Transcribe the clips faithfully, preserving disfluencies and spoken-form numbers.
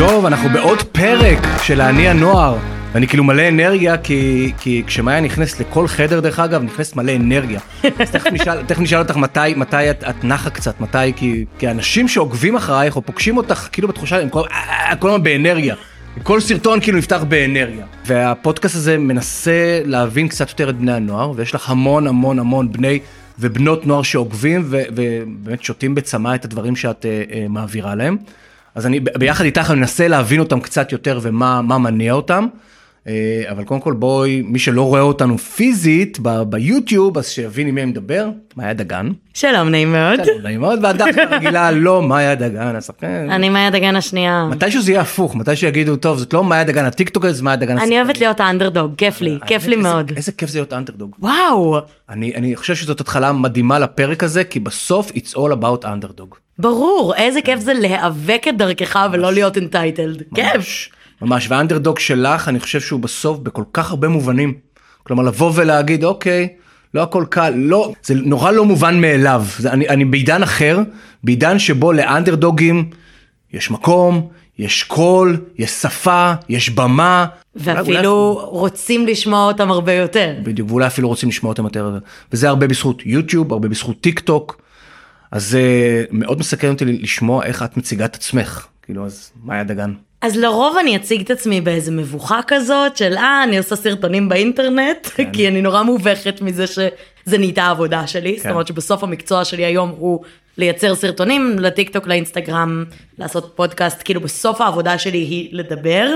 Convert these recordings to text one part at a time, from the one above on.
טוב, אנחנו בעוד פרק של אני הנוער, ואני כאילו מלא אנרגיה, כי, כי כשמאיה נכנס לכל חדר, דרך אגב, נכנס מלא אנרגיה. אז תכף נשאל, תכף נשאל אותך מתי, מתי את, את נחה קצת, מתי, כי, כי האנשים שעוקבים אחרייך, או פוגשים אותך, כאילו בתחושה, הם כל, כל הזמן באנרגיה. כל סרטון כאילו נפתח באנרגיה. והפודקאסט הזה מנסה להבין קצת יותר את בני הנוער, ויש לך המון המון המון בני ובנות נוער שעוקבים, ו, ובאמת שותים בצמא את הדברים שאת uh, uh, מעבירה להם. אז אני ביחד איתך אני מנסה להבין אותם קצת יותר ומה מה מניע אותם, אבל קודם כל בואי, מי שלא רואה אותנו פיזית ביוטיוב, אז שיבין עם מי אני מדבר, מאיה דגן. שלום, נעים מאוד. שלום, נעים מאוד, והדף הרגילה לא מאיה דגן, השחקן. אני מאיה דגן השנייה. מתי שזה יהיה הפוך, מתי שיגידו, טוב, זאת לא מאיה דגן הטיקטוק, זה מאיה דגן השחקן. אני אוהבת להיות האנדרדוג, כיף לי, כיף לי מאוד. איזה כיף זה להיות האנדרדוג. וואו. אני חושב שזאת התחלה מדהימה לפרק הזה, כי בסוף it's all about underdog. ברור, איזה כיף זה להיאבק את דרכך ולא להיות entitled. כיף. ממש, והאנדרדוג שלך, אני חושב שהוא בסוף בכל כך הרבה מובנים. כלומר, לבוא ולהגיד, אוקיי, לא הכל קל, לא, זה נורא לא מובן מאליו. זה, אני, אני בעידן אחר, בעידן שבו לאנדרדוגים יש מקום, יש קול, יש שפה, יש במה. ואפילו אולי... רוצים לשמוע אותם הרבה יותר. בדיוק, ואולי אפילו רוצים לשמוע אותם יותר. וזה הרבה בזכות יוטיוב, הרבה בזכות טיק טוק. אז זה מאוד מסקרן אותי לשמוע איך את מציגה את עצמך. כאילו, אז מאיה דגן. אז לרוב אני אציג את עצמי באיזה מבוכה כזאת של אה, אני עושה סרטונים באינטרנט, כן. כי אני נורא מובכת מזה שזה נהייתה העבודה שלי, כן. זאת אומרת שבסוף המקצוע שלי היום הוא לייצר סרטונים לטיקטוק, לאינסטגרם, לעשות פודקאסט, כאילו בסוף העבודה שלי היא לדבר.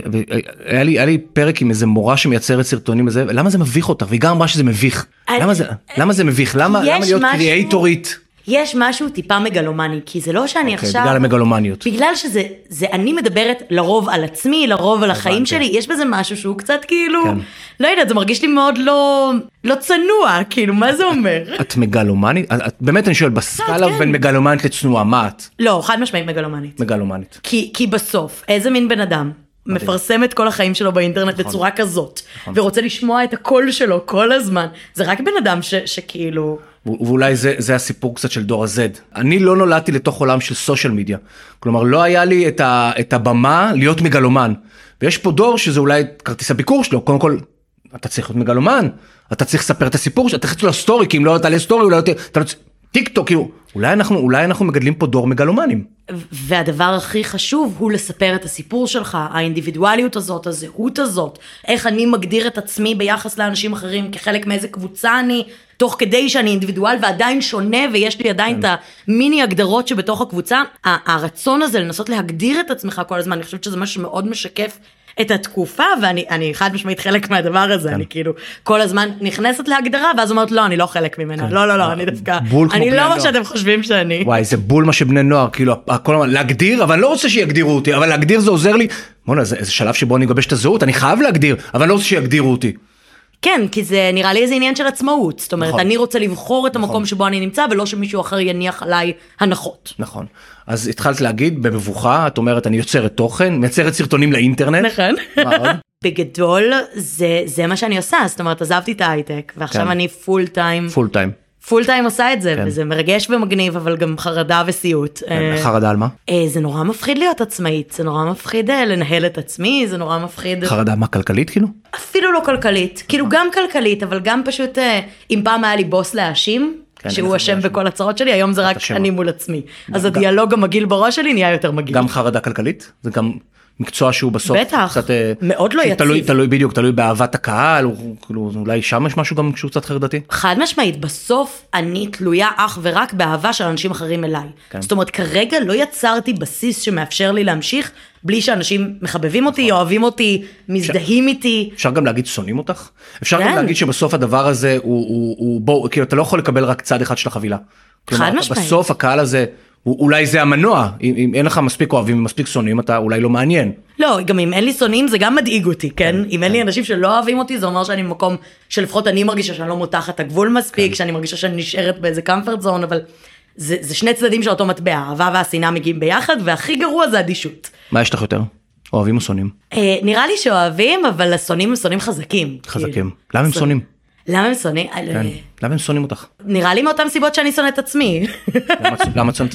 היה לי, היה לי פרק עם איזה מורה שמייצרת סרטונים הזה, למה זה מביך אותך? והיא גם אמרה שזה מביך. למה זה, למה זה מביך? למה, למה להיות קריאייטורית? יש משהו טיפה מגלומני, כי זה לא שאני okay, עכשיו... בגלל המגלומניות. בגלל שזה, זה, אני מדברת לרוב על עצמי, לרוב על החיים שלי, יש בזה משהו שהוא קצת כאילו, כן. לא יודעת, זה מרגיש לי מאוד לא, לא צנוע, כאילו, מה זה אומר? את מגלומנית? את, באמת אני שואל, בסקאלה כן. בין מגלומנית לצנועה, מה את? לא, חד משמעית מגלומנית. מגלומנית. כי, כי בסוף, איזה מין בן אדם? מפרסם את כל החיים שלו באינטרנט נכון. בצורה כזאת, נכון. ורוצה לשמוע את הקול שלו כל הזמן, זה רק בן אדם ש, שכאילו... ואולי זה, זה הסיפור קצת של דור ה-Z. אני לא נולדתי לתוך עולם של סושיאל מדיה. כלומר, לא היה לי את, ה, את הבמה להיות מגלומן. ויש פה דור שזה אולי כרטיס הביקור שלו. קודם כל, אתה צריך להיות מגלומן. אתה צריך לספר את הסיפור, אתה צריך לעשות סטורי, כי אם לא תעלה סטורי, אולי אתה לא... טיק טוק, כאילו, אולי אנחנו, אולי אנחנו מגדלים פה דור מגלומנים. והדבר הכי חשוב הוא לספר את הסיפור שלך, האינדיבידואליות הזאת, הזהות הזאת, איך אני מגדיר את עצמי ביחס לאנשים אחרים, כחלק מאיזה קבוצה אני, תוך כדי שאני אינדיבידואל ועדיין שונה, ויש לי עדיין את המיני הגדרות שבתוך הקבוצה, הרצון הזה לנסות להגדיר את עצמך כל הזמן, אני חושבת שזה משהו שמאוד משקף את התקופה, ואני אני חד משמעית חלק מהדבר הזה, כן. אני כאילו כל הזמן נכנסת להגדרה, ואז אומרת, לא, אני לא חלק ממנה, כן. לא, לא, לא, אני דווקא, אני לא מה שאתם חושבים שאני. וואי, זה בול מה שבני נוער, כאילו, הכל הזמן, להגדיר, אבל אני לא רוצה שיגדירו אותי, אבל להגדיר זה עוזר לי, מונה, זה, זה שלב שבו אני אגבש את הזהות, אני חייב להגדיר, אבל אני לא רוצה שיגדירו אותי. כן, כי זה נראה לי איזה עניין של עצמאות, זאת אומרת, נכון. אני רוצה לבחור את המקום נכון. שבו אני נמצא, ולא שמישהו אחר יניח עליי הנחות. נכון. אז התחלת להגיד במבוכה, את אומרת, אני יוצרת תוכן, מייצרת סרטונים לאינטרנט. נכון. מה עוד? בגדול, זה, זה מה שאני עושה, זאת אומרת, עזבתי את ההייטק, ועכשיו כן. אני פול טיים. פול טיים. פול טיים עושה את זה, כן. וזה מרגש ומגניב, אבל גם חרדה וסיוט. כן, חרדה על מה? זה נורא מפחיד להיות עצמאית, זה נורא מפחיד לנהל את עצמי, זה נורא מפחיד... חרדה מה, כלכלית כאילו? אפילו לא כלכלית, כאילו גם כלכלית, אבל גם פשוט, אם פעם היה לי בוס להאשים, כן, שהוא אשם בכל הצרות שלי, היום זה רק אני מול עצמי. אז גם, הדיאלוג המגעיל בראש שלי נהיה יותר מגעיל. גם חרדה כלכלית? זה גם... מקצוע שהוא בסוף בטח, קצת, מאוד לא יציב. תלוי, תלוי בדיוק, תלוי באהבת הקהל, כאילו, אולי שם יש משהו גם שהוא קצת חרדתי? חד משמעית, בסוף אני תלויה אך ורק באהבה של אנשים אחרים אליי. כן. זאת אומרת, כרגע לא יצרתי בסיס שמאפשר לי להמשיך, בלי שאנשים מחבבים אותי, נכון. אוהבים אותי, מזדהים אפשר, איתי. אפשר גם להגיד שונאים אותך? אפשר כן. גם להגיד שבסוף הדבר הזה, הוא, הוא, הוא, בוא, כאילו, אתה לא יכול לקבל רק צד אחד של החבילה. חד משמעית. בסוף הקהל הזה, אולי זה המנוע, אם, אם אין לך מספיק אוהבים ומספיק שונאים, אתה אולי לא מעניין. לא, גם אם אין לי שונאים זה גם מדאיג אותי, כן? כן אם כן. אין לי אנשים שלא אוהבים אותי, זה אומר שאני במקום שלפחות אני מרגישה שאני לא מותחת הגבול מספיק, כן. שאני מרגישה שאני נשארת באיזה comfort zone, אבל זה, זה שני צדדים של אותו מטבע, האהבה והשנאה מגיעים ביחד, והכי גרוע זה אדישות. מה יש לך יותר? אוהבים או שונאים? אה, נראה לי שאוהבים, אבל השונאים הם שונאים חזקים. חזקים. כאילו. למה הם שונאים? למה הם שונאים? כן. למה הם שונאים אותך? נראה לי מאותם סיבות שאני שונאת את עצמי. למה את שונאת את עצמך?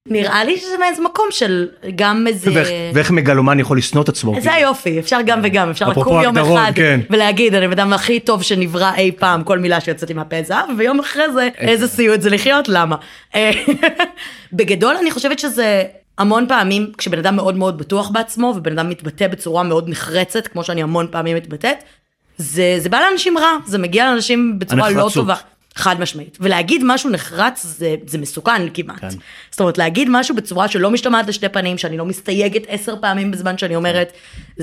נראה לי שזה מאיזה מקום של גם איזה... ואיך מגלומן יכול לשנוא את עצמו. זה היופי, אפשר גם וגם, אפשר לקום יום אחד ולהגיד, אני אדם הכי טוב שנברא אי פעם, כל מילה שיוצאת עם הפה זהב, ויום אחרי זה, איזה סיוט זה לחיות, למה? בגדול אני חושבת שזה המון פעמים, כשבן אדם מאוד מאוד בטוח בעצמו, ובן אדם מתבטא בצורה מאוד נחרצת, כמו שאני המון פעמים מתבטאת, זה, זה בא לאנשים רע, זה מגיע לאנשים בצורה לא טובה. חד משמעית. ולהגיד משהו נחרץ זה, זה מסוכן כמעט. כן. זאת אומרת, להגיד משהו בצורה שלא משתמעת לשתי פנים, שאני לא מסתייגת עשר פעמים בזמן שאני אומרת,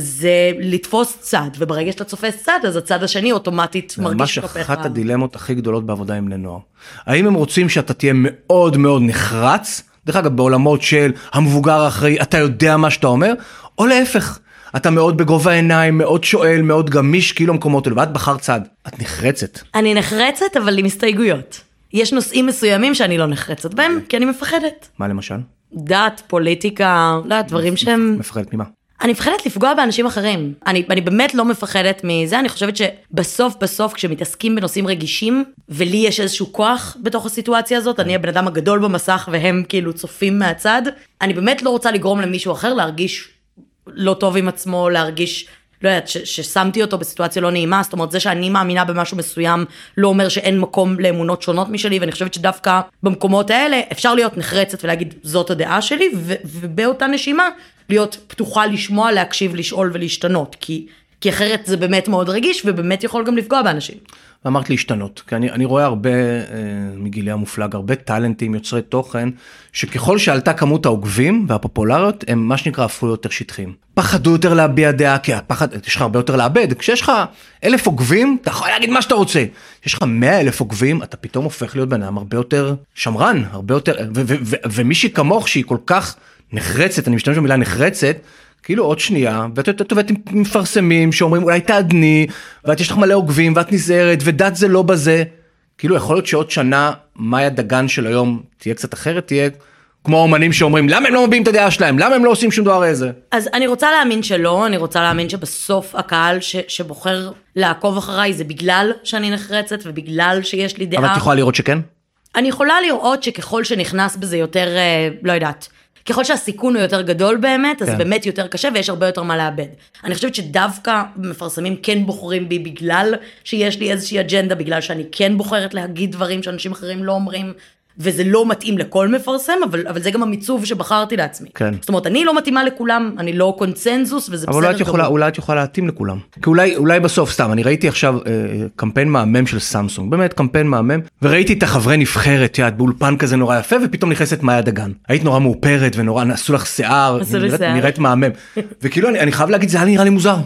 זה לתפוס צד, וברגע שאתה צופס צד, אז הצד השני אוטומטית מרגיש כלפיך. ממש אחת הדילמות הכי גדולות בעבודה עם בני נוער. האם הם רוצים שאתה תהיה מאוד מאוד נחרץ, דרך אגב, בעולמות של המבוגר האחראי, אתה יודע מה שאתה אומר, או להפך. אתה מאוד בגובה העיניים, מאוד שואל, מאוד גמיש, כאילו המקומות האלה, ואת בחר צד. את נחרצת. אני נחרצת, אבל עם הסתייגויות. יש נושאים מסוימים שאני לא נחרצת בהם, כי אני מפחדת. מה למשל? דת, פוליטיקה, לא, דברים שהם... מפחדת ממה? אני מפחדת לפגוע באנשים אחרים. אני, אני באמת לא מפחדת מזה, אני חושבת שבסוף בסוף כשמתעסקים בנושאים רגישים, ולי יש איזשהו כוח בתוך הסיטואציה הזאת, אני הבן אדם הגדול במסך והם כאילו צופים מהצד, אני באמת לא רוצה לגרום למישהו אחר להרגיש לא טוב עם עצמו, להרגיש, לא יודעת, ששמתי אותו בסיטואציה לא נעימה, זאת אומרת, זה שאני מאמינה במשהו מסוים, לא אומר שאין מקום לאמונות שונות משלי, ואני חושבת שדווקא במקומות האלה, אפשר להיות נחרצת ולהגיד, זאת הדעה שלי, ו- ובאותה נשימה, להיות פתוחה לשמוע, להקשיב, לשאול ולהשתנות, כי, כי אחרת זה באמת מאוד רגיש, ובאמת יכול גם לפגוע באנשים. אמרת להשתנות, כי אני, אני רואה הרבה, אה, מגילי המופלג, הרבה טלנטים, יוצרי תוכן, שככל שעלתה כמות העוקבים והפופולריות, הם מה שנקרא הפכו יותר שטחיים. פחדו יותר להביע דעה, כי הפחד, יש לך הרבה יותר לאבד. כשיש לך אלף עוקבים, אתה יכול להגיד מה שאתה רוצה. יש לך מאה אלף עוקבים, אתה פתאום הופך להיות בן אדם הרבה יותר שמרן, הרבה יותר, ומישהי כמוך שהיא כל כך נחרצת, אני משתמש במילה נחרצת, כאילו עוד שנייה, ואת טובת מפרסמים שאומרים אולי תעדני, ואת יש לך מלא עוקבים, ואת נזהרת, ודת זה לא בזה. כאילו יכול להיות שעוד שנה, מאיה דגן של היום תהיה קצת אחרת, תהיה כמו האומנים שאומרים, למה הם לא מביעים את הדעה שלהם? למה הם לא עושים שום דבר איזה? אז אני רוצה להאמין שלא, אני רוצה להאמין שבסוף הקהל ש, שבוחר לעקוב אחריי, זה בגלל שאני נחרצת, ובגלל שיש לי דעה. אבל את יכולה לראות שכן? אני יכולה לראות שככל שנכנס בזה יותר, לא יודעת, ככל שהסיכון הוא יותר גדול באמת, אז כן. באמת יותר קשה ויש הרבה יותר מה לאבד. אני חושבת שדווקא מפרסמים כן בוחרים בי בגלל שיש לי איזושהי אג'נדה, בגלל שאני כן בוחרת להגיד דברים שאנשים אחרים לא אומרים, וזה לא מתאים לכל מפרסם, אבל, אבל זה גם המיצוב שבחרתי לעצמי. כן. זאת אומרת, אני לא מתאימה לכולם, אני לא קונצנזוס, וזה בסדר. אבל אולי את יכולה, אולי את יכולה להתאים לכולם. כי אולי, אולי בסוף, סתם, אני ראיתי עכשיו אה, קמפיין מהמם של סמסונג, באמת קמפיין מהמם, וראיתי את החברי נבחרת, יד, באולפן כזה נורא יפה, ופתאום נכנסת מאיה דגן. היית נורא מאופרת, ונורא, עשו לך שיער, נראית, נראית מהמם. וכאילו, אני, אני חייב להגיד, זה היה נראה לי מוזר.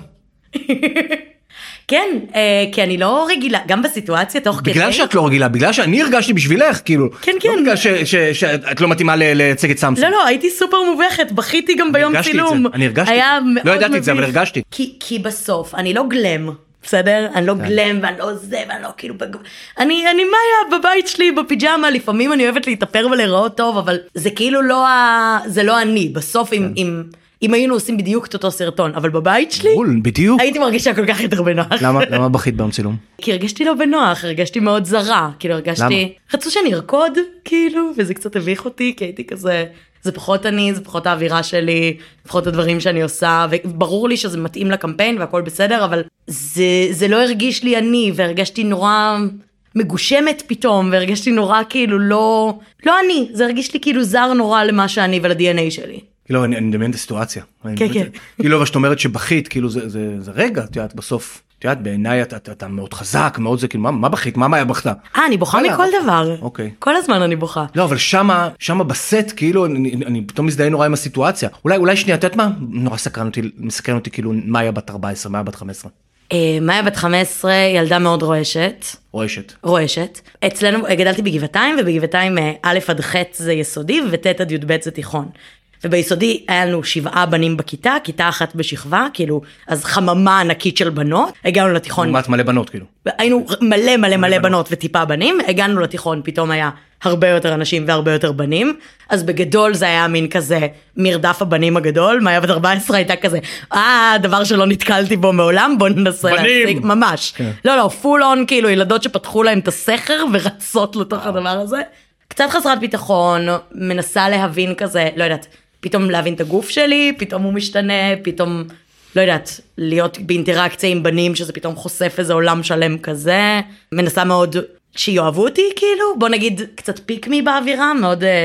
כן, כי אני לא רגילה, גם בסיטואציה תוך כדי. בגלל שאת לא רגילה, בגלל שאני הרגשתי בשבילך, כאילו. כן, כן. לא בגלל שאת לא מתאימה לייצג את סמסונג. לא, לא, הייתי סופר מובכת, בכיתי גם ביום צילום. אני הרגשתי את זה, לא ידעתי את זה, אבל הרגשתי. כי בסוף, אני לא גלם, בסדר? אני לא גלם, ואני לא זה, ואני לא כאילו... אני מאיה בבית שלי, בפיג'מה, לפעמים אני אוהבת להתאפר ולראות טוב, אבל זה כאילו לא אני. בסוף, אם... אם היינו עושים בדיוק את אותו סרטון, אבל בבית שלי, בדיוק. הייתי מרגישה כל כך יותר בנוח. למה, למה בכית ביום צילום? כי הרגשתי לא בנוח, הרגשתי מאוד זרה, כאילו הרגשתי, למה? רצו שאני ארקוד, כאילו, וזה קצת הביך אותי, כי הייתי כזה, זה פחות אני, זה פחות האווירה שלי, פחות הדברים שאני עושה, וברור לי שזה מתאים לקמפיין והכל בסדר, אבל זה, זה לא הרגיש לי אני, והרגשתי נורא מגושמת פתאום, והרגשתי נורא כאילו לא, לא אני, זה הרגיש לי כאילו זר נורא למה שאני ול-די אן איי שלי. כאילו, אני מדמיין את הסיטואציה. כן, כן. כאילו, אבל שאת אומרת שבכית, כאילו, זה רגע, את יודעת, בסוף, את יודעת, בעיניי אתה מאוד חזק, מאוד זה, כאילו, מה בכית? מה מאיה בכתה? אה, אני בוכה מכל דבר. אוקיי. כל הזמן אני בוכה. לא, אבל שמה, שמה בסט, כאילו, אני פתאום מזדהה נורא עם הסיטואציה. אולי, אולי שנייה, את יודעת מה? נורא סקרן אותי, מסקרן אותי, כאילו, מאיה בת ארבע עשרה, מאיה בת חמש עשרה. מאיה בת חמש עשרה, ילדה מאוד רועשת. רועשת. רועשת. אצלנו, גדלתי בגבעתיים, ובגבעתיים א' עד ח' זה יסודי, ות' עד י' ב' זה תיכון. וביסודי היה לנו שבעה בנים בכיתה, כיתה אחת בשכבה, כאילו, אז חממה ענקית של בנות, הגענו לתיכון. לעומת מלא בנות, כאילו. היינו מלא מלא מלא בנות וטיפה בנים, הגענו לתיכון, פתאום היה הרבה יותר אנשים והרבה יותר בנים, אז בגדול זה היה מין כזה מרדף הבנים הגדול, מאיה בת ארבע עשרה הייתה כזה, אה, דבר שלא נתקלתי בו מעולם, בוא ננסה להשיג, ממש. לא, לא, פול און, כאילו, ילדות שפתחו להם את הסכר ורצות לתוך הדבר הזה. קצת חסרת ביטחון, מנסה להבין כזה, לא יודעת, פתאום להבין את הגוף שלי, פתאום הוא משתנה, פתאום, לא יודעת, להיות באינטראקציה עם בנים, שזה פתאום חושף איזה עולם שלם כזה, מנסה מאוד שיואהבו אותי, כאילו, בוא נגיד קצת פיקמי באווירה, מאוד uh,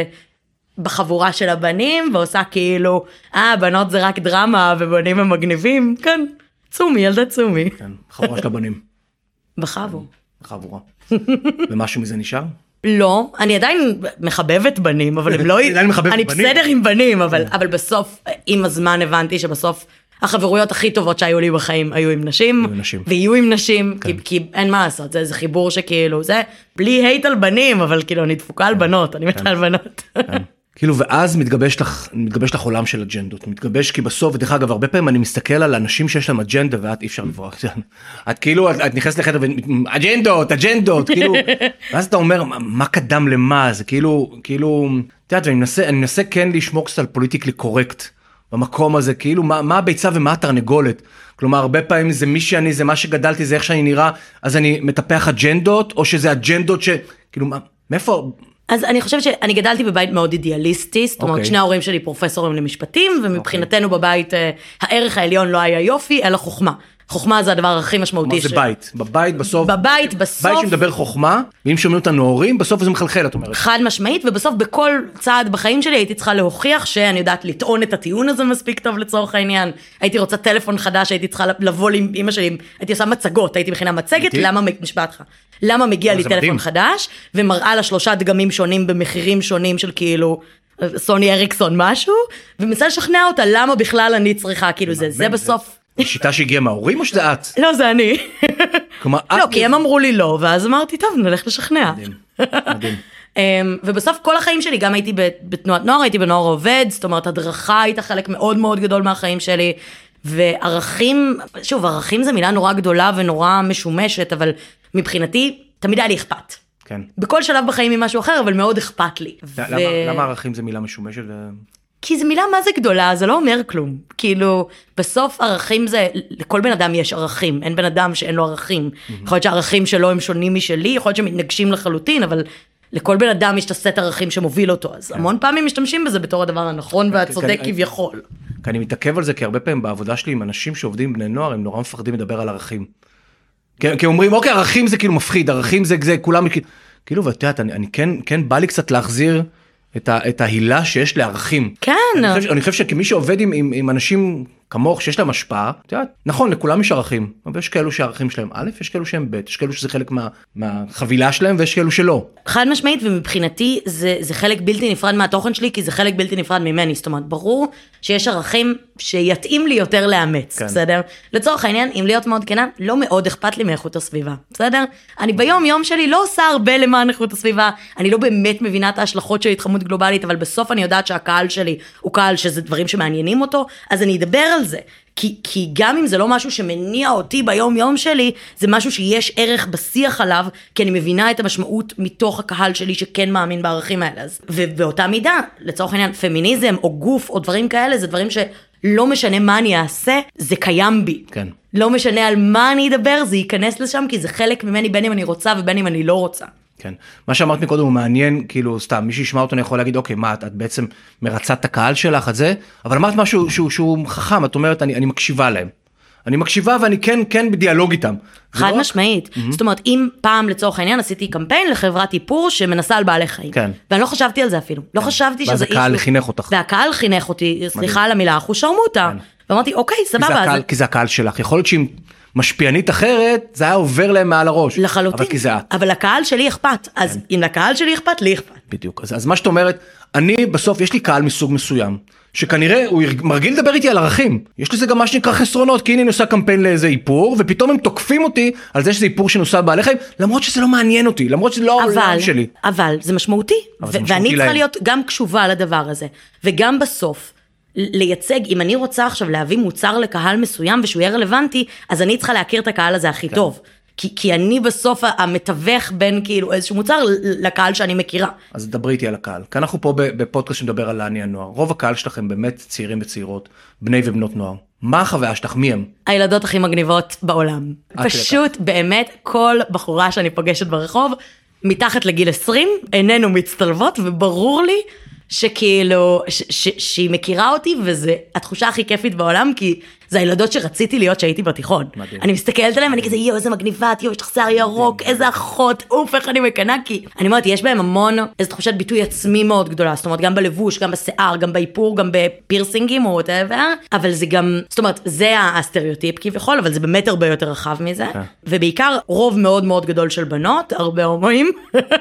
בחבורה של הבנים, ועושה כאילו, אה, בנות זה רק דרמה, ובנים הם מגניבים, כן, צומי, ילדה צומי. כן, חבורה של הבנים. בחבו. חבורה. ומשהו מזה נשאר? לא, אני עדיין מחבבת בנים, אבל הם לא... עדיין מחבבת אני בנים? בסדר עם בנים, אבל, אבל בסוף, עם הזמן הבנתי שבסוף החברויות הכי טובות שהיו לי בחיים היו עם נשים, היו נשים. ויהיו עם נשים, כן. כי, כי אין מה לעשות, זה איזה חיבור שכאילו, זה בלי הייט על בנים, אבל כאילו אני דפוקה על בנות, אני מתה על בנות. כן. כאילו, ואז מתגבש לך, מתגבש לך עולם של אג'נדות, מתגבש כי בסוף, ודרך אגב, הרבה פעמים אני מסתכל על אנשים שיש להם אג'נדה, ואת אי אפשר לברוח, את כאילו, את, את נכנסת לחדר, אג'נדות, אג'נדות, כאילו, ואז אתה אומר, מה, מה קדם למה, זה כאילו, כאילו, את יודעת, ואני מנסה, אני מנסה כן לשמור קצת על פוליטיקלי קורקט, במקום הזה, כאילו, מה, מה הביצה ומה התרנגולת, כלומר, הרבה פעמים זה מי שאני, זה מה שגדלתי, זה איך שאני נראה, אז אני מטפח אג'נדות, או שזה אג'נדות ש, כאילו, מה, מאיפה... אז אני חושבת שאני גדלתי בבית מאוד אידיאליסטי, זאת אומרת, Okay. שני ההורים שלי פרופסורים למשפטים, ומבחינתנו okay. בבית, הערך העליון לא היה יופי, אלא חוכמה. חוכמה זה הדבר הכי משמעותי. מה זה בית? בבית בסוף... בבית בסוף... בית שמדבר חוכמה, ואם שומעים אותנו הורים, בסוף זה מחלחל, את אומרת. חד משמעית, ובסוף בכל צעד בחיים שלי הייתי צריכה להוכיח שאני יודעת לטעון את הטיעון הזה מספיק טוב לצורך העניין. הייתי רוצה טלפון חדש, הייתי צריכה לבוא עם אמא שלי, הייתי עושה מצגות, הייתי מכינה מצגת, למה, משפט לך, למה מגיע לי טלפון חדש, ומראה לה שלושה דגמים שונים במחירים שונים של כאילו... סוני אריקסון משהו, ומנסה לשכנע אותה למה בכלל אני צריכה, כאילו זה, זה בסוף... שיטה שהגיעה מההורים או שזה את? לא, זה אני. כלומר, לא, כי הם אמרו לי לא, ואז אמרתי, טוב, נלך לשכנע. מדהים, מדהים. ובסוף כל החיים שלי, גם הייתי בתנועת נוער, הייתי בנוער עובד, זאת אומרת, הדרכה הייתה חלק מאוד מאוד גדול מהחיים שלי, וערכים, שוב, ערכים זה מילה נורא גדולה ונורא משומשת, אבל מבחינתי, תמיד היה לי אכפת. כן. בכל שלב בחיים ממשהו אחר, אבל מאוד אכפת לי. למה ערכים זה מילה משומשת? כי זו מילה מה זה גדולה, זה לא אומר כלום. כאילו, בסוף ערכים זה, לכל בן אדם יש ערכים, אין בן אדם שאין לו ערכים. יכול להיות שהערכים שלו הם שונים משלי, יכול להיות שהם מתנגשים לחלוטין, אבל לכל בן אדם יש את הסט ערכים שמוביל אותו, אז המון פעמים משתמשים בזה בתור הדבר הנכון והצודק כביכול. כי אני מתעכב על זה, כי הרבה פעמים בעבודה שלי עם אנשים שעובדים בני נוער, הם נורא מפחדים לדבר על ערכים. כי אומרים, אוקיי, ערכים זה כאילו מפחיד, ערכים זה, זה כולם, כאילו, ואת יודעת, אני, אני כן, כן בא לי קצת להחזיר את ה, את ההילה שיש לערכים. כן. אני חושב, אני חושב שכמי שעובד עם, עם, עם אנשים כמוך, שיש להם השפעה, את יודעת, נכון, לכולם יש ערכים, אבל יש כאלו שהערכים שלהם א', יש כאלו שהם ב', יש כאלו שזה חלק מה, מהחבילה שלהם, ויש כאלו שלא. חד משמעית, ומבחינתי זה, זה חלק בלתי נפרד מהתוכן שלי, כי זה חלק בלתי נפרד ממני, זאת אומרת, ברור שיש ערכים שיתאים לי יותר לאמץ, כן. בסדר? לצורך העניין, אם להיות מאוד כנה, לא מאוד אכפת לי מאיכות הסביבה, בסדר? אני ביום יום שלי לא עושה הרבה למען איכות הסביבה, אני לא באמת מבינה את ההשלכות של התחממות גלובלית, אבל בסוף אני יודעת שהקהל שלי הוא קהל שזה דברים שמעניינים אותו, אז אני אדבר על זה. כי, כי גם אם זה לא משהו שמניע אותי ביום יום שלי, זה משהו שיש ערך בשיח עליו, כי אני מבינה את המשמעות מתוך הקהל שלי שכן מאמין בערכים האלה. ובאותה מידה, לצורך העניין, פמיניזם או גוף או דברים כאלה, זה דברים שלא משנה מה אני אעשה, זה קיים בי. כן. לא משנה על מה אני אדבר, זה ייכנס לשם, כי זה חלק ממני בין אם אני רוצה ובין אם אני לא רוצה. כן. מה שאמרת מקודם הוא מעניין, כאילו סתם, מי שישמע אותו אני יכול להגיד, אוקיי, מה, את, את בעצם מרצת את הקהל שלך, את זה, אבל אמרת משהו שהוא, שהוא חכם, את אומרת, אני, אני מקשיבה להם. אני מקשיבה ואני כן, כן בדיאלוג איתם. חד משמעית. Mm-hmm. זאת אומרת, אם פעם לצורך העניין עשיתי קמפיין לחברת איפור שמנסה על בעלי חיים. כן. ואני לא חשבתי על זה אפילו. לא חשבתי שזה אישו. והקהל חינך אותך. והקהל חינך אותי, סליחה על המילה, אחו שרמוטה. ואמרתי, אוקיי, סבבה. כי זה הקהל שלך. יכול להיות שאם משפיענית אחרת, זה היה עובר להם מעל הראש. לחלוטין. אבל כי זה את. אבל לקהל שלי אכפת. אז כן. אם לקהל שלי אכפת, לי אכפת. בדיוק. אז, אז מה שאת אומרת, אני בסוף, יש לי קהל מסוג מסוים, שכנראה הוא מרגיל לדבר איתי על ערכים. יש לזה גם מה שנקרא חסרונות, כי הנה אני עושה קמפיין לאיזה איפור, ופתאום הם תוקפים אותי על זה שזה איפור שנוסע בעלי חיים, למרות שזה לא מעניין אותי, למרות שזה לא העולם שלי. אבל זה משמעותי. אבל זה משמעותי ואני צריכה להיות גם קשובה לדבר הזה. וגם בסוף, לייצג, אם אני רוצה עכשיו להביא מוצר לקהל מסוים ושהוא יהיה רלוונטי, אז אני צריכה להכיר את הקהל הזה הכי טוב. כי, כי אני בסוף המתווך בין כאילו איזשהו מוצר לקהל שאני מכירה. אז דברי איתי על הקהל. כי אנחנו פה בפודקאסט שמדבר על אני הנוער. רוב הקהל שלכם באמת צעירים וצעירות, בני ובנות נוער. מה החוויה שלך? מי הם? הילדות הכי מגניבות בעולם. פשוט באמת כל בחורה שאני פוגשת ברחוב, מתחת לגיל עשרים, איננו מצטלבות, וברור לי שכאילו, ש- ש- שהיא מכירה אותי, וזה התחושה הכי כיפית בעולם, כי זה הילדות שרציתי להיות שהייתי בתיכון. מדהים. אני מסתכלת עליהם, אני כזה, יו, איזה מגניבת, יו, יש לך שיער ירוק, איזה אחות, אוף, איך אני מקנה, כי אני אומרת, יש בהם המון, איזו תחושת ביטוי עצמי מאוד גדולה, זאת אומרת, גם בלבוש, גם בשיער, גם באיפור, גם בפירסינגים, או whatever, אבל זה גם, זאת אומרת, זה הסטריאוטיפ כביכול, אבל זה באמת הרבה יותר רחב מזה, ובעיקר רוב מאוד מאוד גדול של בנות, הרבה הומואים.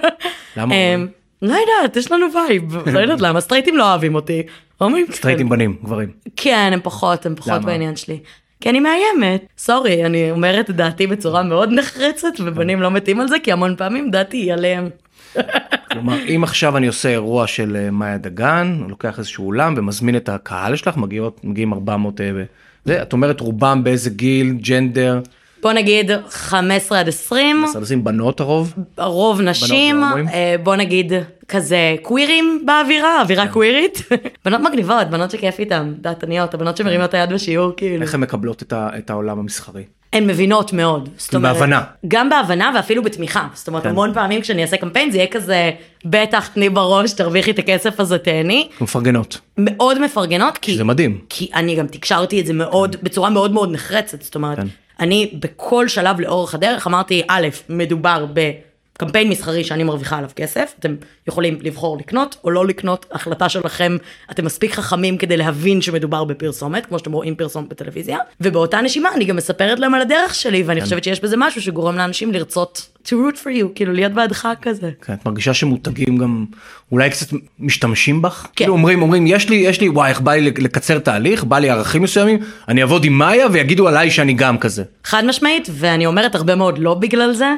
למה הומואים? לא יודעת, יש לנו וייב, לא יודעת למה, סטרייטים לא אוהבים אותי. סטרייטים בנים, גברים. כן, הם פחות, הם פחות בעניין שלי. כי אני מאיימת, סורי, אני אומרת את דעתי בצורה מאוד נחרצת, ובנים לא מתים על זה, כי המון פעמים דעתי היא עליהם. כלומר, אם עכשיו אני עושה אירוע של מאיה דגן, לוקח איזשהו אולם ומזמין את הקהל שלך, מגיעים ארבע מאות, את אומרת רובם באיזה גיל, ג'נדר, בוא נגיד חמש עשרה עד עשרים. חמש עשרה עד עשרים בנות הרוב. הרוב נשים, בוא נגיד כזה קווירים באווירה, אווירה קווירית. בנות מגניבות, בנות שכיף איתן, דעתניות, הבנות שמרימות היד בשיעור כאילו. איך הן מקבלות את העולם המסחרי? הן מבינות מאוד. בהבנה. גם בהבנה ואפילו בתמיכה. זאת אומרת, המון פעמים כשאני אעשה קמפיין, זה יהיה כזה, בטח תני בראש, תרוויחי את הכסף הזה, תהני. מפרגנות. מאוד מפרגנות, כי... זה מדהים. כי אני גם תקשרתי את זה מאוד, בצורה מאוד מאוד נחרצת, זאת אומרת, אני בכל שלב לאורך הדרך אמרתי, א', מדובר בקמפיין מסחרי שאני מרוויחה עליו כסף, אתם יכולים לבחור לקנות או לא לקנות, החלטה שלכם, אתם מספיק חכמים כדי להבין שמדובר בפרסומת, כמו שאתם רואים פרסומת בטלוויזיה, ובאותה נשימה אני גם מספרת להם על הדרך שלי, ואני חושבת שיש בזה משהו שגורם לאנשים לרצות to root for you, כאילו להיות בעדך כזה. כן, את מרגישה שמותגים גם, אולי קצת משתמשים בך? כן. כאילו אומרים, אומרים, יש לי, יש לי, וואי, איך בא לי לקצר תהליך, בא לי ערכים מסוימים, אני אעבוד עם מאיה ויגידו עליי שאני גם כזה. חד משמעית, ואני אומרת הרבה מאוד לא בגלל זה,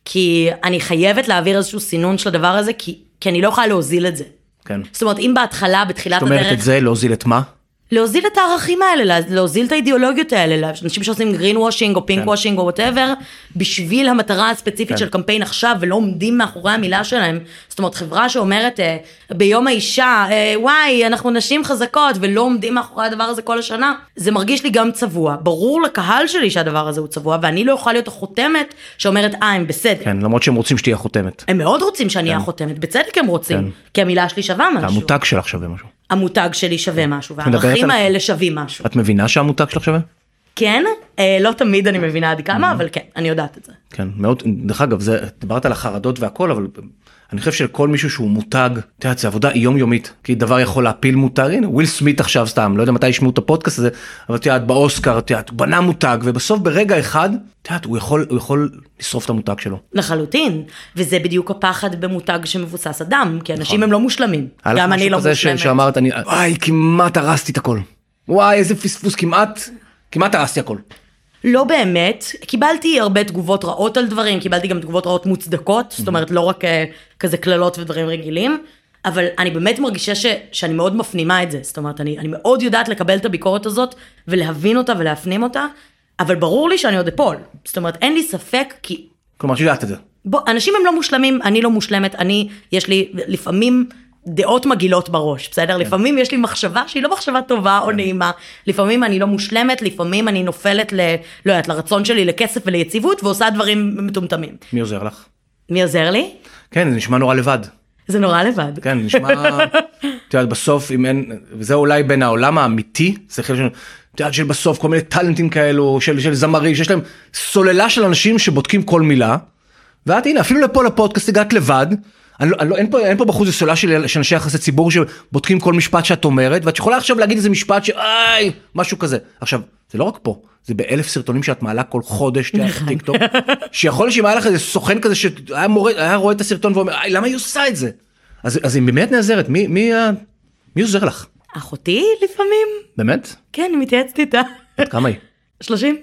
כי אני חייבת להעביר איזשהו סינון של הדבר הזה, כי, כי אני לא יכולה להוזיל את זה. כן. זאת אומרת, אם בהתחלה, בתחילת הדרך... זאת אומרת את זה, להוזיל את מה? להוזיל את הערכים האלה, להוזיל את האידיאולוגיות האלה, אנשים שעושים green washing או pink washing או whatever, בשביל המטרה הספציפית של קמפיין עכשיו, ולא עומדים מאחורי המילה שלהם. זאת אומרת, חברה שאומרת, ביום האישה, וואי, אנחנו נשים חזקות, ולא עומדים מאחורי הדבר הזה כל השנה, זה מרגיש לי גם צבוע. ברור לקהל שלי שהדבר הזה הוא צבוע, ואני לא יכולה להיות החותמת שאומרת, אה, הם בסדר. כן, למרות שהם רוצים שתהיה חותמת. הם מאוד רוצים שאני אהיה חותמת, בצדק הם רוצים, כי המילה שלי שווה משהו. המותג שלך שווה משהו. המותג שלי שווה משהו, והערכים האלה שווים משהו. את מבינה שהמותג שלך שווה? כן, לא תמיד אני מבינה עד כמה, אבל כן, אני יודעת את זה. כן, מאוד, דרך אגב, דיברת על החרדות והכל, אבל אני חושב שלכל מישהו שהוא מותג, תראה, זה עבודה יומיומית, כי דבר יכול להפיל מותג, הנה, וויל סמית עכשיו סתם, לא יודע מתי ישמעו את הפודקאסט הזה, אבל תראה, באוסקר, תראה, הוא בנה מותג, ובסוף ברגע אחד, תראה, הוא יכול, הוא יכול לשרוף את המותג שלו. לחלוטין, וזה בדיוק הפחד במותג שמבוסס אדם, כי אנשים הם לא מושלמים, גם אני לא מושלמת. שאמרת, אני, וואי, כמעט הרסתי את הכל. וואי, איזה פספוס, כמעט, כמעט הרסתי הכל. לא באמת, קיבלתי הרבה תגובות רעות על דברים, קיבלתי גם תגובות רעות מוצדקות, זאת אומרת לא רק כזה כללות ודברים רגילים, אבל אני באמת מרגישה ש, שאני מאוד מפנימה את זה, זאת אומרת אני, אני מאוד יודעת לקבל את הביקורת הזאת, ולהבין אותה ולהפנים אותה, אבל ברור לי שאני עוד אפול, זאת אומרת אין לי ספק כי... כלומר שידעת את זה. בוא, אנשים הם לא מושלמים, אני לא מושלמת, אני, יש לי לפעמים... דעות מגילות בראש, בסדר? כן. לפעמים יש לי מחשבה שהיא לא מחשבה טובה כן. או נעימה, לפעמים אני לא מושלמת, לפעמים אני נופלת ל... לא יודעת, לרצון שלי לכסף וליציבות, ועושה דברים מטומטמים. מי עוזר לך? מי עוזר לי? כן, זה נשמע נורא לבד. זה נורא לבד. כן, זה נשמע... את יודעת, בסוף, אם אין... וזה אולי בין העולם האמיתי, זה חלק של... את יודעת, של בסוף כל מיני טלנטים כאלו, של, של זמרים, שיש להם סוללה של אנשים שבודקים כל מילה, ואת הנה, אפילו לפה לפודקאסט הגעת לבד, אני לא, אני לא, אין פה, אין פה בחוץ סולה של, של אנשי יחסי ציבור שבודקים כל משפט שאת אומרת, ואת יכולה עכשיו להגיד איזה משפט שאי, משהו כזה. עכשיו, זה לא רק פה, זה באלף סרטונים שאת מעלה כל חודש, טיק טוק, שיכול להיות שאם היה לך איזה סוכן כזה שהיה מורה, היה רואה את הסרטון ואומר, איי, למה היא עושה את זה? אז, אז היא באמת נעזרת, מי, מי, מי עוזר לך? אחותי לפעמים. באמת? כן, אני מתייעצת איתה. עד כמה היא? שלושים.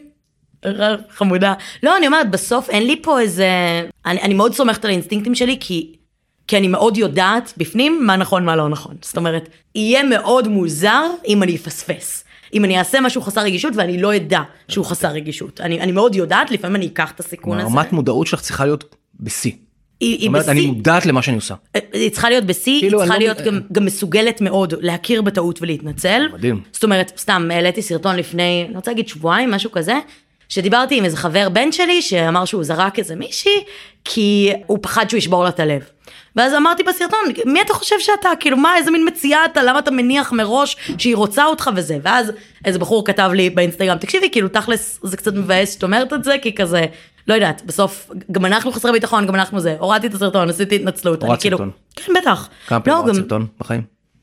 חמודה. לא, אני אומרת, בסוף אין לי פה איזה, אני, אני מאוד סומכת על האינסטינקטים שלי, כי כי אני מאוד יודעת בפנים מה נכון, מה לא נכון. זאת אומרת, יהיה מאוד מוזר אם אני אפספס. אם אני אעשה משהו חסר רגישות, ואני לא ידע שהוא חסר רגישות. אני, אני מאוד יודעת, לפעמים אני אקח את הסיכון הזה. רמת מודעות שלך צריכה להיות ב-C. היא, זאת אומרת, אני מודעת למה שאני עושה. היא צריכה להיות ב-C, היא צריכה להיות גם, גם מסוגלת מאוד להכיר בטעות ולהתנצל. מדהים. זאת אומרת, סתם, העליתי סרטון לפני, אני רוצה להגיד שבועיים, משהו כזה, שדיברתי עם איזה חבר בן שלי, שאמר שהוא זרק איזה מישהי, כי הוא פחד שהוא ישבור לה את הלב. ואז אמרתי בסרטון, מי אתה חושב שאתה? כאילו, מה, איזה מין מציאה אתה? למה אתה מניח מראש שהיא רוצה אותך וזה? ואז איזה בחור כתב לי באינסטגרם, תקשיבי, כאילו, תכלס, זה קצת מבאס שאת אומרת את זה, כי כזה, לא יודעת, בסוף, גם אנחנו חסרי ביטחון, גם אנחנו זה. הורדתי את הסרטון, עשיתי התנצלות. הורדת סרטון. כן, בטח. כמה פעמים הורדת סרטון בחיים?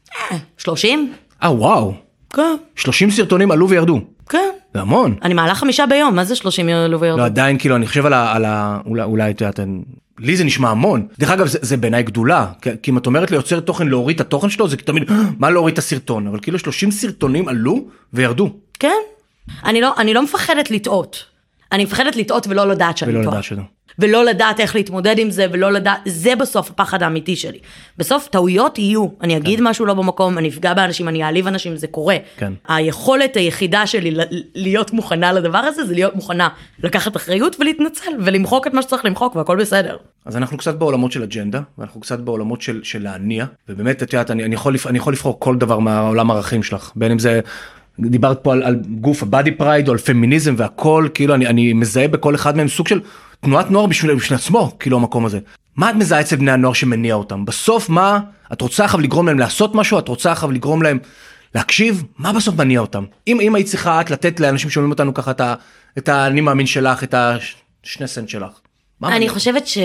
שלושים? אה, וואו. כן. שלושים סרטונים עלו וירדו. כן. זה המון. אני מעלה חמישה ביום, מה זה שלושים עלו וירדו? לא, עדיין, כאילו, אני חושב על ה... על ה... אולי, אולי, אתה יודע, לי זה נשמע המון. דרך אגב, זה, זה בעיניי גדולה. כי אם את אומרת ליוצר תוכן להוריד את התוכן שלו, זה תמיד, מה להוריד את הסרטון? אבל כאילו שלושים סרטונים עלו וירדו. כן. אני לא, אני לא מפחדת לטעות. אני מפחדת לטעות ולא לדעת שאני טועה. ולא לדעת שלא. ולא לדעת איך להתמודד עם זה, ולא לדעת, זה בסוף הפחד האמיתי שלי. בסוף טעויות יהיו, אני אגיד כן. משהו לא במקום, אני אפגע באנשים, אני אעליב אנשים, זה קורה. כן. היכולת היחידה שלי להיות מוכנה לדבר הזה, זה להיות מוכנה לקחת אחריות ולהתנצל, ולמחוק את מה שצריך למחוק, והכל בסדר. אז אנחנו קצת בעולמות של אג'נדה, ואנחנו קצת בעולמות של, של להניע, ובאמת, את יודעת, אני, אני יכול, אני יכול לבחור כל דבר מהעולם הערכים שלך, בין אם זה... דיברת פה על, על גוף הבאדי פרייד או על פמיניזם והכל, כאילו אני, אני מזהה בכל אחד מהם סוג של תנועת נוער בשביל, בשביל עצמו, כאילו המקום הזה. מה את מזהה אצל בני הנוער שמניע אותם? בסוף מה, את רוצה אחר לגרום להם לעשות משהו, את רוצה אחר לגרום להם להקשיב, מה בסוף מניע אותם? אם, אם היית צריכה את לתת לאנשים שומעים אותנו ככה את, ה, את האני מאמין שלך, את השני סנט שלך. אני חושבת ש,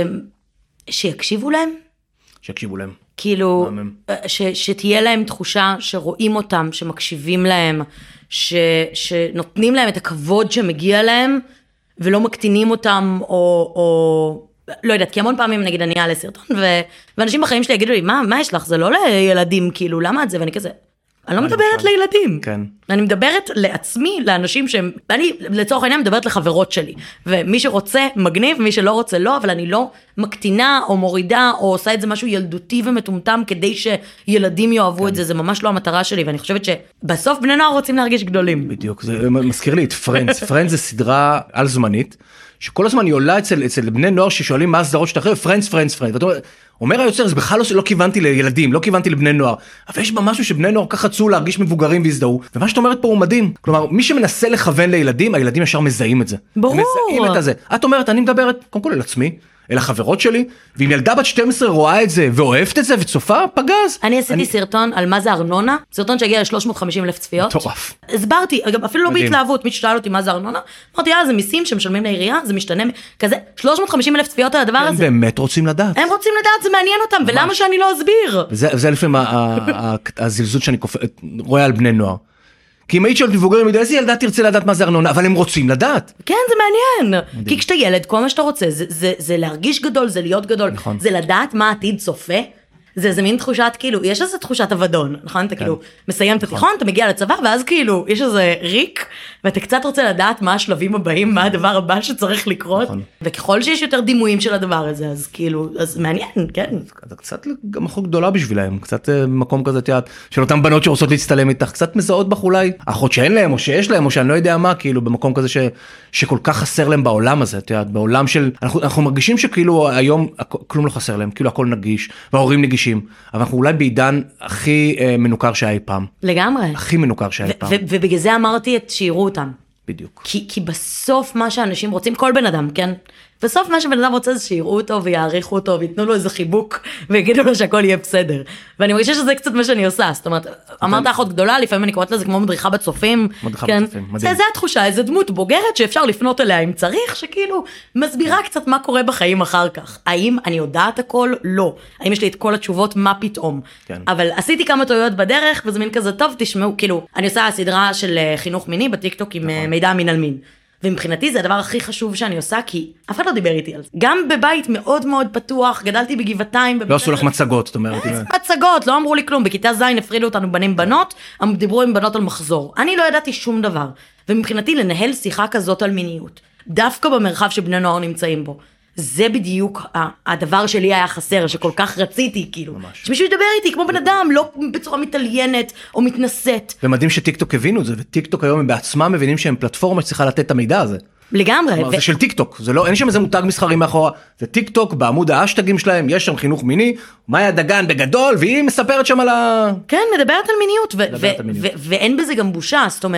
שיקשיבו להם. שיקשיבו להם. כאילו, ש, שתהיה להם תחושה שרואים אותם, שמקשיבים להם, ש, שנותנים להם את הכבוד שמגיע להם, ולא מקטינים אותם, או, או לא יודעת, כי המון פעמים נגיד אני אעלה סרטון, ו, ואנשים בחיים שלי יגידו לי, מה, מה יש לך? זה לא לילדים, כאילו, למה את זה? ואני כזה, אני לא מדברת לילדים. כן. אני מדברת לעצמי, לאנשים שהם, אני לצורך העניין מדברת לחברות שלי, ומי שרוצה מגניב, מי שלא רוצה לא, אבל אני לא מקטינה או מורידה, או עושה את זה משהו ילדותי ומטומטם, כדי שילדים יאהבו כן. את זה, זה ממש לא המטרה שלי, ואני חושבת שבסוף בני נוער רוצים להרגיש גדולים. בדיוק, זה מזכיר לי את פרנדס, פרנדס זה סדרה על זמנית, שכל הזמן היא עולה אצל, אצל בני נוער ששואלים מה הסדרות שאתה אחרי, פרנדס, פרנדס, פרנדס, ואתה אומר, אומר היוצר, זה בכלל לא, לא כיוונתי לילדים, לא כיוונתי לבני נוער, אבל יש בה משהו שבני נוער ככה צאו להרגיש מבוגרים והזדהו, ומה שאת אומרת פה הוא מדהים, כלומר, מי שמנסה לכוון לילדים, הילדים ישר מזהים את זה. ברור. הם מזהים את זה. את אומרת, אני מדברת, קודם כל אל עצמי, אל החברות שלי, ואם ילדה בת שתים עשרה רואה את זה, ואוהבת את זה, וצופה, פגז. אני עשיתי אני... סרטון על מה זה ארנונה, סרטון שהגיע ל-שלוש מאות וחמישים אלף צפיות. מטורף. הסברתי, אפילו לא בהתלהבות, מי ששאל אותי מה זה ארנונה, אמרתי, יאללה, זה מיסים שמשלמים לעירייה, זה משתנה, כזה, שלוש מאות וחמישים אלף צפיות על הדבר הזה. הם באמת רוצים לדעת. הם רוצים לדעת, זה מעניין אותם, ולמה שאני לא אסביר? זה לפעמים הזלזול שאני רואה על בני נוער. כי אם היית שואלת מבוגרים, איזה ילדה תרצה לדעת מה זה ארנונה, אבל הם רוצים לדעת. כן, זה מעניין. מדהים. כי כשאתה ילד, כל מה שאתה רוצה, זה, זה, זה להרגיש גדול, זה להיות גדול, נכון. זה לדעת מה העתיד צופה, זה איזה מין תחושת, כאילו, יש איזה תחושת אבדון, נכון? אתה כאילו מסיים את התיכון, אתה מגיע לצבא, ואז כאילו, יש איזה ריק, ואתה קצת רוצה לדעת מה השלבים הבאים, מה הדבר הבא שצריך לקרות, וככל שיש יותר דימויים של הדבר הזה, אז כאילו, אז מעניין, כן. זה קצת גם אחות גדולה בשבילהם, קצת מקום כזה, תיאת, של אותם בנות שרוצות להצטלם איתך, קצת מזהות בך אולי, אחות שאין להם, או שיש להם, או שאני לא יודע מה, כאילו, במקום כזה ש, שכל כך חסר להם בעולם הזה, תיאת, בעולם של, אנחנו, אנחנו מרגישים שכאילו היום כלום לא חסר להם, כאילו הכל נגיש, וההורים נגישים, אבל אנחנו אולי בעידן הכי אה, מנוכר שהיה פעם. לגמרי. הכי מנוכר שהיה פעם. ובגלל זה אמרתי את שיראו אותם. בדיוק. כי, כי בסוף מה שאנשים רוצים, כל בן אדם, כן? בסוף מה שבן אדם רוצה זה שיראו אותו ויעריכו אותו ויתנו לו איזה חיבוק ויגידו לו שהכל יהיה בסדר. ואני מרגישה שזה קצת מה שאני עושה. זאת אומרת, אמרת אחות גדולה, לפעמים אני קוראת לזה כמו מדריכה בצופים. מדריכה כן? בצופים, מדהים. זה, זה התחושה, איזו דמות בוגרת שאפשר לפנות אליה אם צריך, שכאילו מסבירה קצת מה קורה בחיים אחר כך. האם אני יודעת הכל? לא. האם יש לי את כל התשובות? מה פתאום? כן. אבל עשיתי כמה טעויות בדרך, וזה מין כזה טוב, תשמעו, כאילו, אני עושה סדרה של חינוך מיני בטיקטוק עם נכון. מידע מין על מין. ומבחינתי זה הדבר הכי חשוב שאני עושה, כי אף אחד לא דיבר איתי על זה. גם בבית מאוד מאוד פתוח, גדלתי בגבעתיים. לא עשו לך מצגות, זאת אומרת. מצגות, לא אמרו לי כלום. בכיתה ז' הפרידו אותנו בנים בנות, דיברו עם בנות על מחזור. אני לא ידעתי שום דבר. ומבחינתי לנהל שיחה כזאת על מיניות, דווקא במרחב שבני נוער נמצאים בו, זה בדיוק הדבר שלי היה חסר, שכל כך רציתי, כאילו. שמישהו ידבר איתי כמו בן אדם, לא בצורה מתעליינת או מתנשאת. ומדהים שטיקטוק הבינו את זה, וטיקטוק היום הם בעצמם מבינים שהם פלטפורמה שצריכה לתת את המידע הזה. לגמרי. זה של טיקטוק, זה לא, אין שם איזה מותג מסחרי מאחורה, זה טיקטוק, בעמוד האשטגים שלהם, יש שם חינוך מיני, מאיה דגן בגדול, והיא מספרת שם על ה... כן, מדברת על מיניות, ואין בזה גם בושה, זאת אומרת,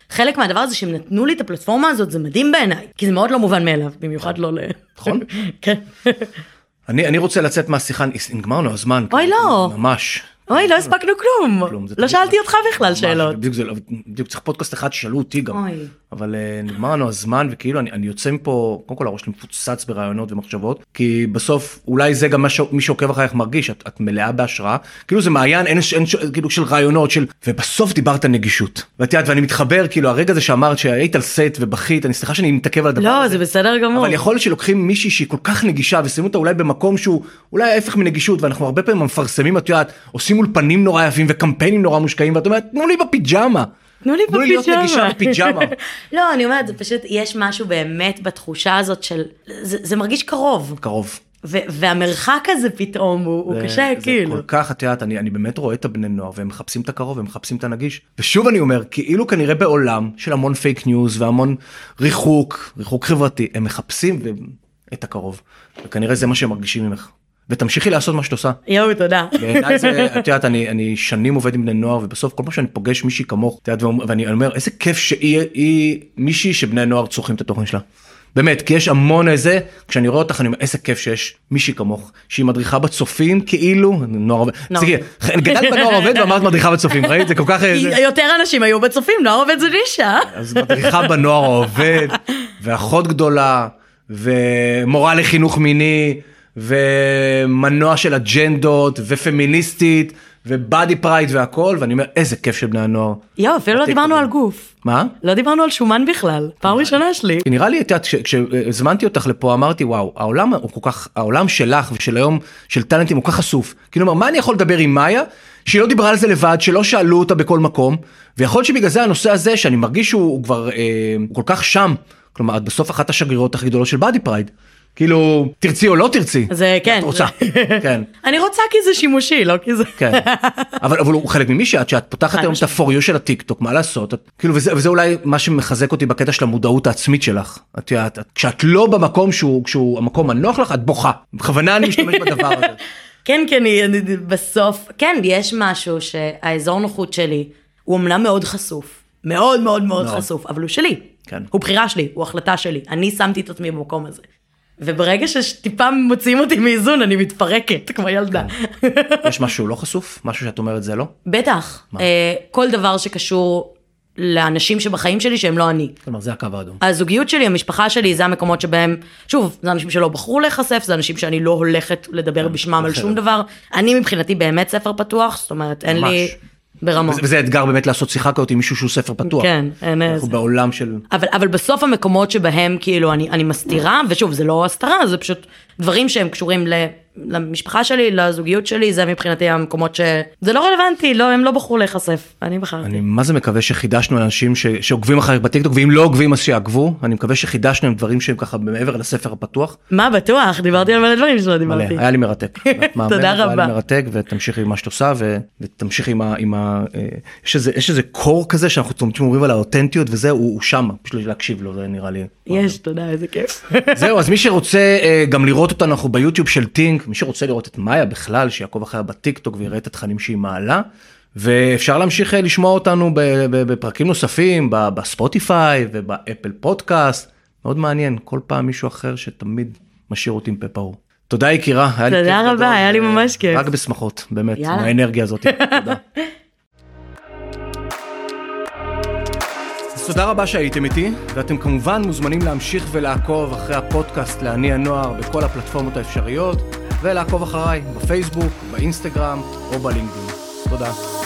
חלק מהדבר הזה שהם נתנו לי את הפלטפורמה הזאת, זה מדהים בעיניי, כי זה מאוד לא מובן מאליו, במיוחד לא ל... נכון? כן. אני, אני רוצה לצאת מהשיחה, נגמרנו הזמן. אוי לא. ממש. אוי, לא הספקנו כלום. לא שאלתי אותך בכלל שאלות. בדיוק צריך פודקאסט אחד ששאלו אותי גם. אבל נגמר לנו הזמן, וכאילו אני יוצא מפה, קודם כל הראש שלי מפוצץ ברעיונות ומחשבות, כי בסוף אולי זה גם מי שעוקב אחריך מרגיש, את מלאה בהשראה, כאילו זה מעיין, אין כאילו של רעיונות, ובסוף דיברת על נגישות. ואני מתחבר, כאילו הרגע הזה שאמרת שהיית על סט ובכית, אני סליחה שאני מתעכב על הדבר הזה. לא, זה בסדר גמור. אבל יכול להיות שלוקחים מישהי שהיא כל כך נגישה, ושימו אותה אולי במקום שהוא אולי ההפך מנגישות, ואנחנו הרבה פעמים מפרסמים, את יודעת, עושים אולפנים נורא יפים וקמפיינים נורא מושקעים, ואת אומרת, תנו לי בפיג'מה. תנו לי תנו לי להיות נגישה בפיג'מה. לא, אני אומרת, זה פשוט, יש משהו באמת בתחושה הזאת של, זה, זה מרגיש קרוב. קרוב. ו- והמרחק הזה פתאום הוא, הוא קשה, כאילו. זה כל כך, את יודעת, אני, אני באמת רואה את הבני נוער, והם מחפשים את הקרוב, והם מחפשים את הנגיש. ושוב אני אומר, כאילו כנראה בעולם של המון פייק ניוז, והמון ריחוק, ריחוק חברתי, הם מחפשים את הקרוב. וכנראה זה מה שהם מרגישים ממך. ותמשיכי לעשות מה שאת עושה. יואו, תודה. בעיניי זה, את יודעת, אני, אני שנים עובד עם בני נוער, ובסוף כל פעם שאני פוגש מישהי כמוך, את יודעת, ואני אומר, איזה כיף שהיא היא מישהי שבני נוער צורכים את התוכן שלה. באמת, כי יש המון איזה, כשאני רואה אותך, אני אומר, איזה כיף שיש מישהי כמוך, שהיא מדריכה בצופים, כאילו, נוער עובד. תסתכלי, גדלת בנוער עובד ואמרת מדריכה בצופים, ראית? זה כל כך... יותר אנשים היו בצופים, נוער עובד זה נישה. אז מדריכה בנוער עובד, ואחות גדולה, ומורה לחינוך מיני, ומנוע של אג'נדות, ופמיניסטית, ובאדי פרייד והכל, ואני אומר, איזה כיף של בני הנוער. יו, אפילו לא דיברנו על גוף. מה? לא דיברנו על שומן בכלל, פעם ראשונה שלי. נראה לי, כשהזמנתי אותך לפה, אמרתי, וואו, העולם הוא כל כך, העולם שלך ושל היום, של טלנטים, הוא כל כך חשוף. כאילו, מה אני יכול לדבר עם מאיה, שהיא לא דיברה על זה לבד, שלא שאלו אותה בכל מקום, ויכול שבגלל זה הנושא הזה, שאני מרגיש שהוא כבר, הוא כל כך שם, כלומר, את בסוף אחת השגרירות הכי גדולות של באדי פרייד. כאילו, תרצי או לא תרצי. זה כן. את רוצה, כן. אני רוצה כי זה שימושי, לא כי זה... כן. אבל, אבל הוא חלק ממי שאת, שאת פותחת היום את הפוריו של הטיק-טוק, מה לעשות? את, כאילו, וזה, וזה אולי מה שמחזק אותי בקטע של המודעות העצמית שלך. את יודעת, כשאת לא במקום שהוא, כשהוא המקום הנוח לך, את בוכה. בכוונה אני משתמש בדבר הזה. כן, כן, אני, בסוף, כן, יש משהו שהאזור נוחות שלי, הוא אמנם מאוד חשוף. מאוד מאוד מאוד no. חשוף, אבל הוא שלי. כן. הוא בחירה שלי, הוא החלטה שלי. אני שמתי את עצמי במקום הזה. וברגע שטיפה מוציאים אותי מאיזון, אני מתפרקת, כמו ילדה. יש משהו לא חשוף? משהו שאת אומרת זה לא? בטח. כל דבר שקשור לאנשים שבחיים שלי שהם לא אני. כלומר, זה הקו האדום. הזוגיות שלי, המשפחה שלי, זה המקומות שבהם, שוב, זה אנשים שלא בחרו להיחשף, זה אנשים שאני לא הולכת לדבר בשמם על שום דבר. אני מבחינתי באמת ספר פתוח, זאת אומרת, אין לי... ברמות. וזה אתגר באמת לעשות שיחה כאות עם מישהו שהוא ספר פתוח. כן, אין איזה. אנחנו בעולם של... אבל, אבל בסוף המקומות שבהם כאילו אני, אני מסתירה, ושוב, זה לא הסתרה, זה פשוט דברים שהם קשורים ל... למשפחה שלי, לזוגיות שלי, זה מבחינתי המקומות ש... זה לא רלוונטי, לא, הם לא בחרו להיחשף, אני בחרתי. אני מה זה מקווה שחידשנו לאנשים ש... שעוקבים אחריך בטיקטוק, ואם לא עוקבים אז שיעקבו, אני מקווה שחידשנו עם דברים שהם ככה מעבר לספר הפתוח. מה, בטוח, דיברתי על מלא דברים שלא דיברתי. מלא, היה לי מרתק. תודה רבה. היה לי מרתק, ותמשיכי עם מה שאת עושה, ותמשיכי עם ה... עם ה... יש איזה, יש איזה קור כזה שאנחנו אומרים על האותנטיות, וזה, הוא, הוא שם, פשוט להקשיב לו, זה נראה לי. יש, תודה, איזה כיף. זהו, אז מי שרוצה גם לראות אותנו, אנחנו ביוטיוב של טינק, מי שרוצה לראות את מאיה בכלל, שיעקוב אחריה בטיקטוק ויראה את התכנים שהיא מעלה, ואפשר להמשיך לשמוע אותנו בפרקים נוספים, בספוטיפיי ובאפל פודקאסט, מאוד מעניין, כל פעם מישהו אחר שתמיד משאיר אותי עם פה פעור. תודה יקירה, היה לי כיף גדול. תודה רבה, היה לי ממש כיף. רק בשמחות, באמת, מהאנרגיה הזאת. תודה. תודה רבה שהייתם איתי, ואתם כמובן מוזמנים להמשיך ולעקוב אחרי הפודקאסט להניע נוער בכל הפלטפורמות האפשריות, ולעקוב אחריי בפייסבוק, באינסטגרם או בלינקדאין. תודה.